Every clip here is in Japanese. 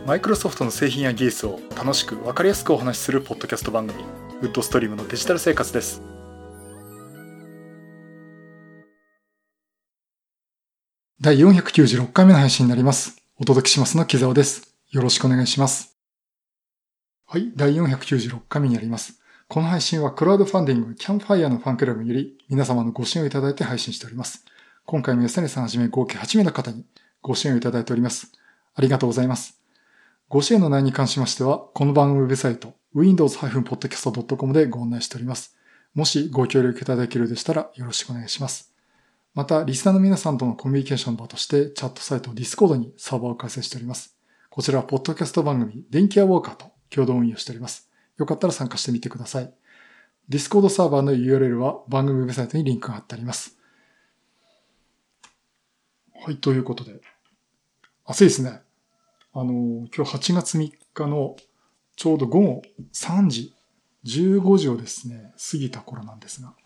マイクロソフトの製品や技術を楽しく分かりやすくお話しするポッドキャスト番組、ウッドストリームのデジタル生活です。第496回目の配信になります。お届けしますの木澤です。よろしくお願いします。はい、第496回目になります。この配信はクラウドファンディングキャンプファイヤーのファンクラブにより皆様のご支援をいただいて配信しております。今回も安根さんはじめ合計8名の方にご支援をいただいております。ありがとうございます。ご支援の内容に関しましては、この番組ウェブサイト windows-podcast.com でご案内しております。もしご協力いただけるでしたらよろしくお願いします。また、リスナーの皆さんとのコミュニケーションの場としてチャットサイト Discord にサーバーを開設しております。こちらはポッドキャスト番組電気屋ウォーカーと共同運用しております。よかったら参加してみてください。Discord サーバーの URL は番組ウェブサイトにリンクが貼ってあります。はい、ということで。暑いですね。今日8月3日のちょうど午後3時、15時をですね、過ぎた頃なんですが、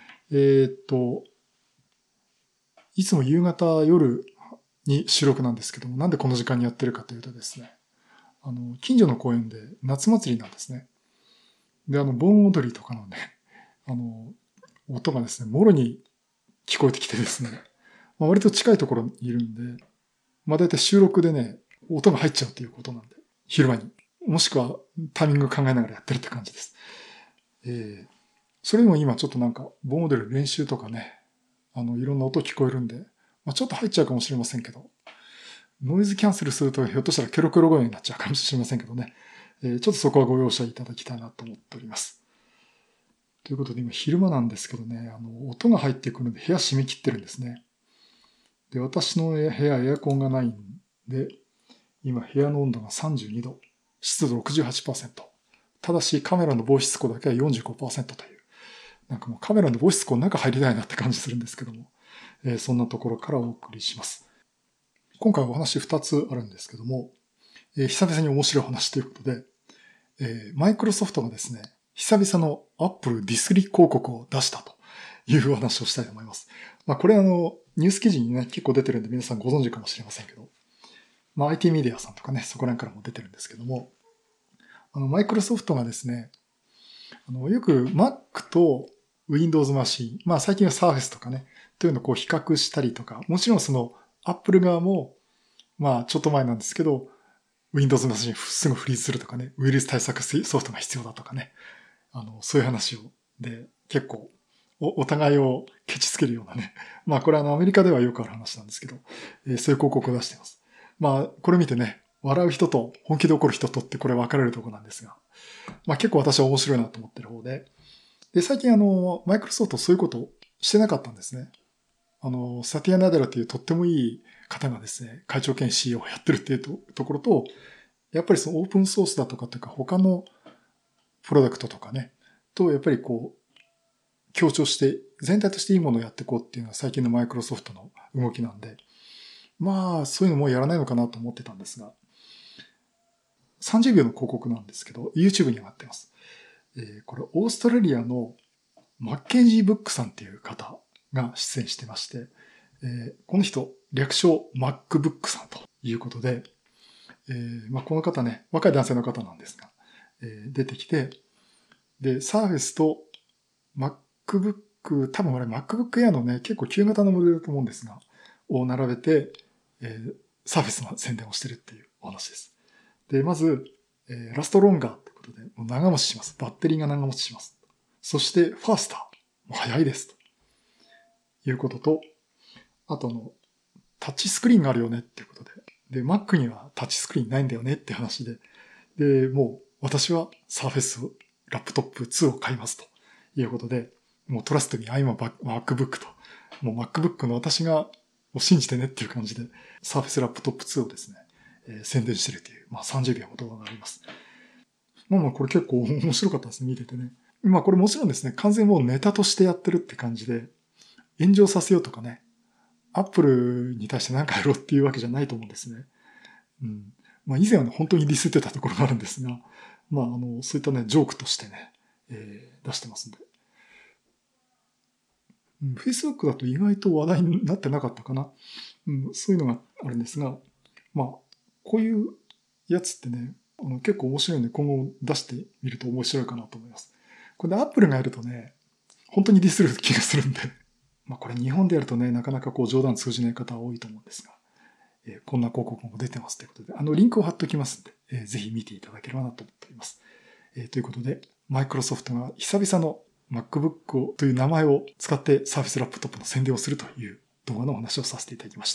いつも夕方夜に収録なんですけども、なんでこの時間にやってるかというとですね、近所の公園で夏祭りなんですね。で、盆踊りとかのね、音がですね、もろに聞こえてきてですね、割と近いところにいるんで、だいたい収録でね、音が入っちゃうということなんで、昼間に。もしくはタイミング考えながらやってるって感じです。それでも今ちょっとなんか、盆踊り練習とかね、いろんな音聞こえるんで、ちょっと入っちゃうかもしれませんけど、ノイズキャンセルするとひょっとしたらケロケロ声になっちゃうかもしれませんけどね、ちょっとそこはご容赦いただきたいなと思っております。ということで今昼間なんですけどね、音が入ってくるので部屋閉め切ってるんですね。で、私の部屋エアコンがないんで、今部屋の温度が32度、湿度 68%。ただしカメラの防湿庫だけは 45% という。なんかもうカメラの防湿庫の中入りたいなって感じするんですけども、そんなところからお送りします。今回お話2つあるんですけども、久々に面白い話ということで、マイクロソフトがですね、久々の Apple ディスリ広告を出したというお話をしたいと思います。これニュース記事にね、結構出てるんで皆さんご存知かもしれませんけど、IT メディアさんとかね、そこら辺からも出てるんですけども、マイクロソフトがですね、よく Mac と Windows マシン、最近は Surface とかね、というのをこう比較したりとか、もちろんその Apple 側も、ちょっと前なんですけど、Windows マシンすぐフリーズするとかね、ウイルス対策ソフトが必要だとかね、そういう話を、で、結構お互いをケチつけるようなね。これアメリカではよくある話なんですけど、そういう広告を出しています。これ見てね、笑う人と本気で怒る人とってこれ分かれるところなんですが、結構私は面白いなと思ってる方で、で、最近マイクロソフトそういうことをしてなかったんですね。サティア・ナデラというとってもいい方がですね、会長兼 CEO をやってるっていうところと、やっぱりそのオープンソースだとかというか他のプロダクトとかね、とやっぱりこう、強調して全体としていいものをやっていこうっていうのが最近のマイクロソフトの動きなんで、そういうのもうやらないのかなと思ってたんですが、30秒の広告なんですけど、YouTube に上がってます。これ、オーストラリアのマッケンジー・ブックさんっていう方が出演してまして、この人、略称 MacBook さんということで、この方ね、若い男性の方なんですが、出てきて、で、Surface と MacBook、多分あれ MacBook Air のね、結構旧型のモデルだと思うんですが、を並べて、Surface の宣伝をしてるっていうお話です。で、まず、ラストロンガーってことで、長持ちします。バッテリーが長持ちします。そして、ファースター。もう早いです。ということと、あとタッチスクリーンがあるよねっていうことで、で、Mac にはタッチスクリーンないんだよねって話で、で、もう私は Surface ラップトップ2を買いますということで、もうトラストに I'm a MacBook と、もう MacBook の私が信じてねっていう感じで、Surface ラップトップ2をですね、宣伝してるという、30秒の動画があります。これ結構面白かったですね、見ててね。これもちろんですね、完全にもうネタとしてやってるって感じで、炎上させようとかね、アップルに対して何かやろうっていうわけじゃないと思うんですね。以前はね、本当にディスってたところがあるんですが、そういったね、ジョークとしてね、出してますんで。Facebook だと意外と話題になってなかったかな。そういうのがあるんですが、こういうやつってね、結構面白いんで今後出してみると面白いかなと思います。これで Apple がやるとね、本当にディスる気がするんで、まあこれ日本でやるとね、なかなかこう冗談通じない方は多いと思うんですが、こんな広告も出てますということで、リンクを貼っておきますので、ぜひ見ていただければなと思っております。ということで、マイクロソフトが久々の MacBook をという名前を使って Surface ラップトップの宣伝をするという動画のお話をさせていただきました。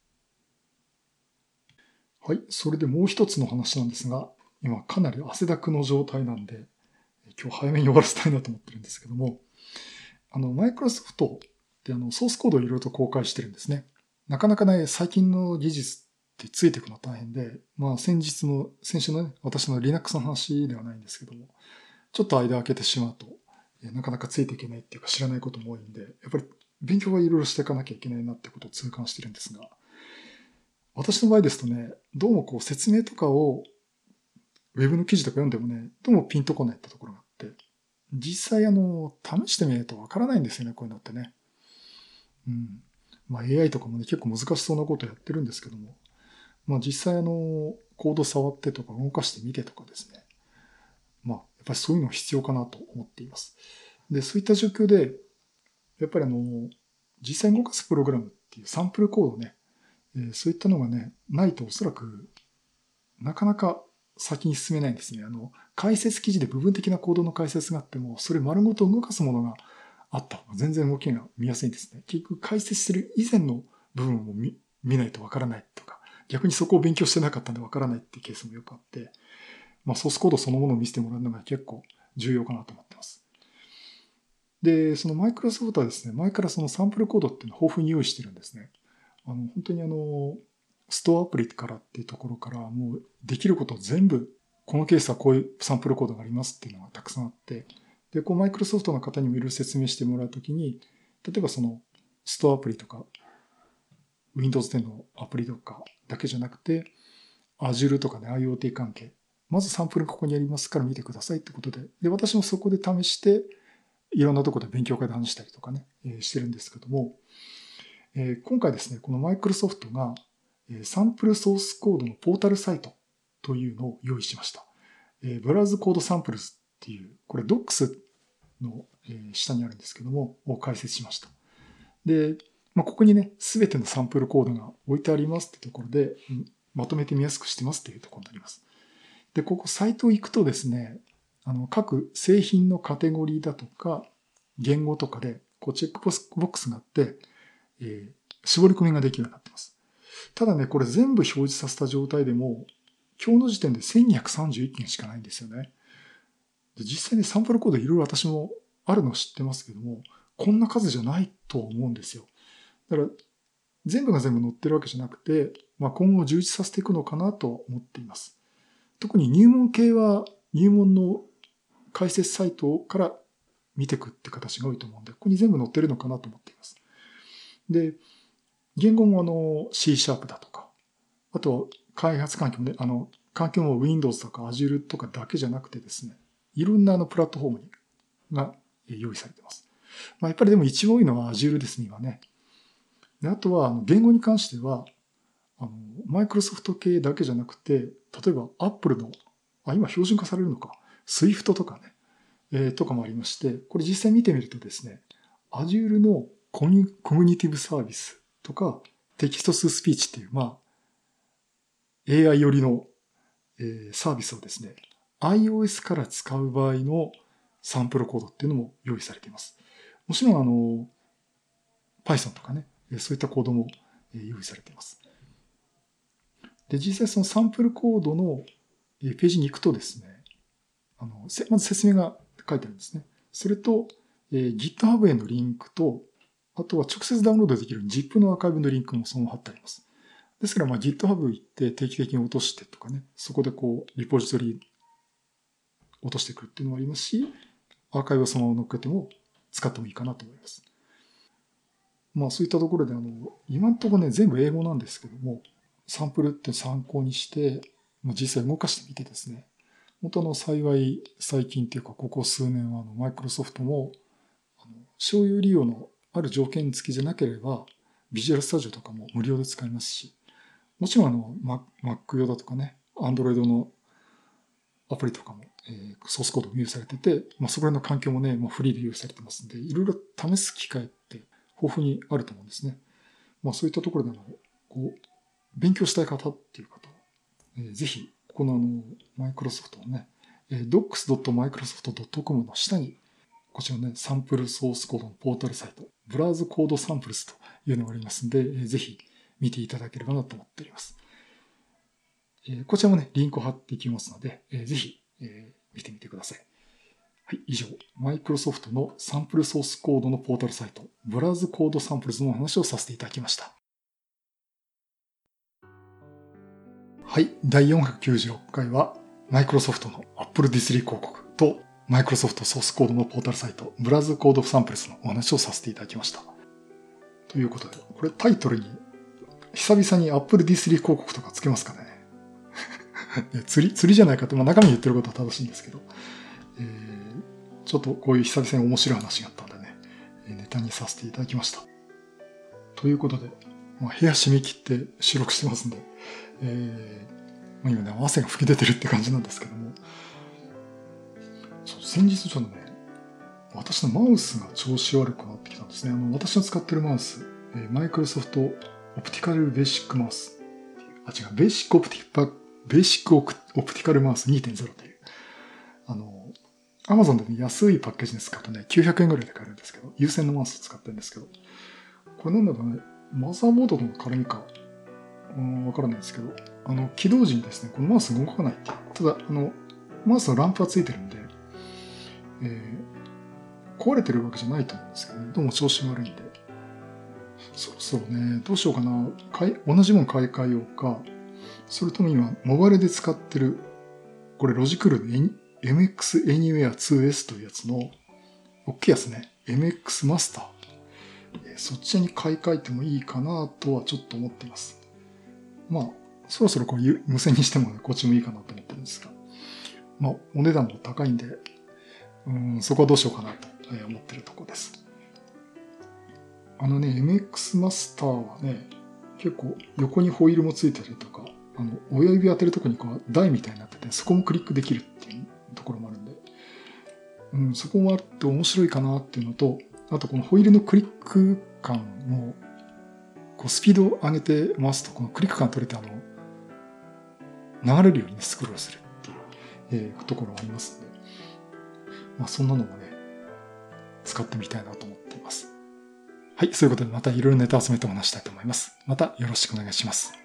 はい、それでもう一つの話なんですが、今かなり汗だくの状態なんで、今日早めに終わらせたいなと思ってるんですけども、マイクロソフトってソースコードをいろいろと公開してるんですね。なかなかね、最近の技術ってついていくのは大変で、まあ先週のね、私の Linux の話ではないんですけども、ちょっと間空けてしまうと、なかなかついていけないっていうか知らないことも多いんで、やっぱり勉強はいろいろしていかなきゃいけないなってことを痛感してるんですが、私の場合ですとね、どうもこう説明とかをウェブの記事とか読んでもね、どうもピンとこないってところがあって、実際試してみないとわからないんですよね、こういうのってね。うん。まあ AI とかもね、結構難しそうなことやってるんですけども、まあ実際コード触ってとか動かしてみてとかですね。まあやっぱりそういうの必要かなと思っています。で、そういった状況で、やっぱり実際に動かすプログラムっていうサンプルコードね、そういったのがね、ないとおそらくなかなか先に進めないんですね。解説記事で部分的なコードの解説があっても、それ丸ごと動かすものがあった方が全然動きが見やすいんですね。結局解説してる以前の部分を見ないとわからないとか、逆にそこを勉強してなかったんでわからないっていうケースもよくあって、まあソースコードそのものを見せてもらうのが結構重要かなと思ってます。で、そのマイクロソフトはですね、前からそのサンプルコードっていうのを豊富に用意してるんですね。本当にストアアプリからっていうところからもうできることを全部、このケースはこういうサンプルコードがありますっていうのがたくさんあって、で、こうマイクロソフトの方にもいろいろ説明してもらうときに、例えばそのストアアプリとか Windows 10のアプリとかだけじゃなくて、Azure とかね、IoT 関係。まずサンプルここにありますから見てくださいってことで。で、私もそこで試して、いろんなところで勉強会で話したりとかね、してるんですけども、今回ですね、このマイクロソフトがサンプルソースコードのポータルサイトというのを用意しました。ブラウズコードサンプルズっていう、これ Docs の下にあるんですけども、を解説しました。で、まあ、ここにね、すべてのサンプルコードが置いてありますってところで、まとめて見やすくしてますっていうところになります。で、ここサイト行くとですね、各製品のカテゴリーだとか、言語とかで、こうチェックボックスがあって、絞り込みができるようになっています。ただね、これ全部表示させた状態でも、今日の時点で1231件しかないんですよね。で実際にサンプルコードいろいろ私もあるの知ってますけども、こんな数じゃないと思うんですよ。だから、全部が全部載ってるわけじゃなくて、まあ、今後充実させていくのかなと思っています。特に入門系は入門の解説サイトから見ていくって形が多いと思うんで、ここに全部載ってるのかなと思っています。で、言語もC シャープだとか、あと開発環境もね、環境も Windows とか Azure とかだけじゃなくてですね、いろんなプラットフォームが用意されています。まあ、やっぱりでも一番多いのは Azure ですね、今ね。であとは、言語に関しては、マイクロソフト系だけじゃなくて、例えば Apple の、今標準化されるのか、Swift とかね、とかもありまして、これ実際見てみるとですね、Azure のコミュニティブサービスとか、テキストススピーチっていう、まあ、AI 寄りの、サービスをですね、iOS から使う場合のサンプルコードっていうのも用意されています。もちろんPython とかね、そういったコードも用意されています。で、実際そのサンプルコードのページに行くとですね、まず説明が書いてあるんですね。それと、GitHub へのリンクと、あとは直接ダウンロードできる ZIP のアーカイブのリンクもそのまま貼ってあります。ですから、GitHub 行って定期的に落としてとかね、そこでこう、リポジトリ落としてくるっていうのもありますし、アーカイブをそのまま乗っけても使ってもいいかなと思います。まあそういったところで今のところね、全部英語なんですけども、サンプルって参考にして、実際動かしてみてですね、本当幸い最近っていうかここ数年はマイクロソフトも商用利用のある条件付きじゃなければビジュアルスタジオとかも無料で使えますし、もちろんMac 用だとかね、 Android のアプリとかも、ソースコードも用意されてて、そこらの環境もね、フリーで用意されてますんで、いろいろ試す機会って豊富にあると思うんですね。そういったところでも、勉強したい方っていう方は、ぜひ、このマイクロソフトのね、docs.microsoft.com の下に、こちらね、サンプルソースコードのポータルサイト、ブラウズコードサンプルスというのがありますので、ぜひ見ていただければなと思っております。こちらもね、リンクを貼っていきますので、ぜひ見てみてください。はい、以上、マイクロソフトのサンプルソースコードのポータルサイト、ブラウズコードサンプルスの話をさせていただきました。はい、第496回は、マイクロソフトの Apple D3 広告と、マイクロソフトソースコードのポータルサイト、ブラウズコードサンプルスのお話をさせていただきました。ということで、これタイトルに、久々に Apple D3 広告とかつけますかね。釣りじゃないかって、中身言ってることは正しいんですけど、ちょっとこういう久々に面白い話があったんでね、ネタにさせていただきました。ということで、部屋締め切って収録してますんで、今ね、汗が吹き出てるって感じなんですけども、先日ちょっとね、私のマウスが調子悪くなってきたんですね。私の使ってるマウス、マイクロソフトオプティカルベーシックマウス。ベーシックオプティカルマウス 2.0 という、Amazon でね、安いパッケージで使うとね、900円ぐらいで買えるんですけど、有線のマウスを使ってるんですけど、これなんだろうね、マザーボードとの絡みか、わからないんですけど、起動時にですね、このマウス動かないっていう。ただ、マウスのランプはついてるんで、壊れてるわけじゃないと思うんですけどね、どうも調子悪いんで、そろそろね、どうしようかな、同じもの買い替えようか、それとも今、モバイルで使ってる、これロジクールの MX Anywhere 2S というやつの、大きいやつね、MX マスター。そっちに買い替えてもいいかなとはちょっと思っています。そろそろこれ無線にしてもね、こっちもいいかなと思ってるんですが、お値段も高いんで、そこはどうしようかなと思ってるところです。MX マスターはね、結構横にホイールもついてたりとか、親指当てるところに台みたいになってて、そこもクリックできるっていうところもあるんで、そこもあって面白いかなっていうのと、あとこのホイールのクリック感も、スピードを上げて回すと、このクリック感取れて流れるようにスクロールするっていう、ところがありますので、そんなのもね、使ってみたいなと思っています。はい、そういうことでまたいろいろネタを集めてお話したいと思います。またよろしくお願いします。